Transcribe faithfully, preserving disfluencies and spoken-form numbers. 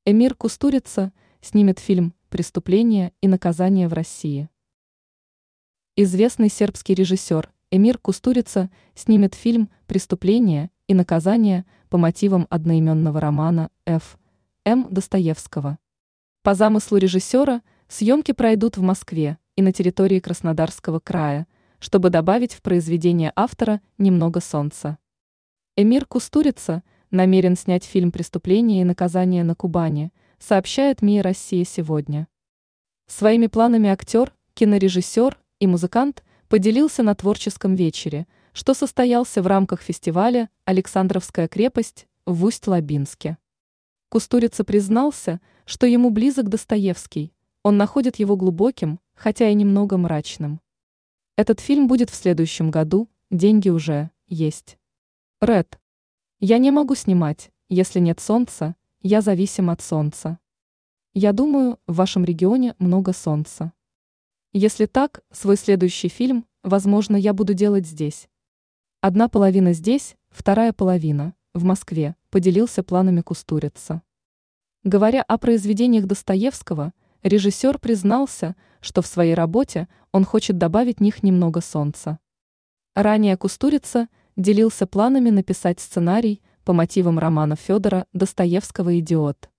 Эмир Кустурица снимет фильм «Преступление и наказание в России». Известный сербский режиссер Эмир Кустурица снимет фильм «Преступление и наказание» по мотивам одноименного романа Ф. М. Достоевского. По замыслу режиссера съемки пройдут в Москве и на территории Краснодарского края, чтобы добавить в произведение автора немного солнца. Эмир Кустурица намерен снять фильм «Преступление и наказание» на Кубани, сообщает МИА «Россия сегодня». Своими планами актер, кинорежиссер и музыкант поделился на творческом вечере, что состоялся в рамках фестиваля «Александровская крепость» в Усть-Лабинске. Кустурица признался, что ему близок Достоевский, он находит его глубоким, хотя и немного мрачным. Этот фильм будет в следующем году, деньги уже есть. Рэд. Я не могу снимать, если нет солнца, я зависим от солнца. Я думаю, в вашем регионе много солнца. Если так, свой следующий фильм, возможно, я буду делать здесь. Одна половина здесь, вторая половина, в Москве, поделился планами Кустурица. Говоря о произведениях Достоевского, режиссер признался, что в своей работе он хочет добавить в них немного солнца. Ранее Кустурица делился планами написать сценарий по мотивам романа Федора Достоевского «Идиот».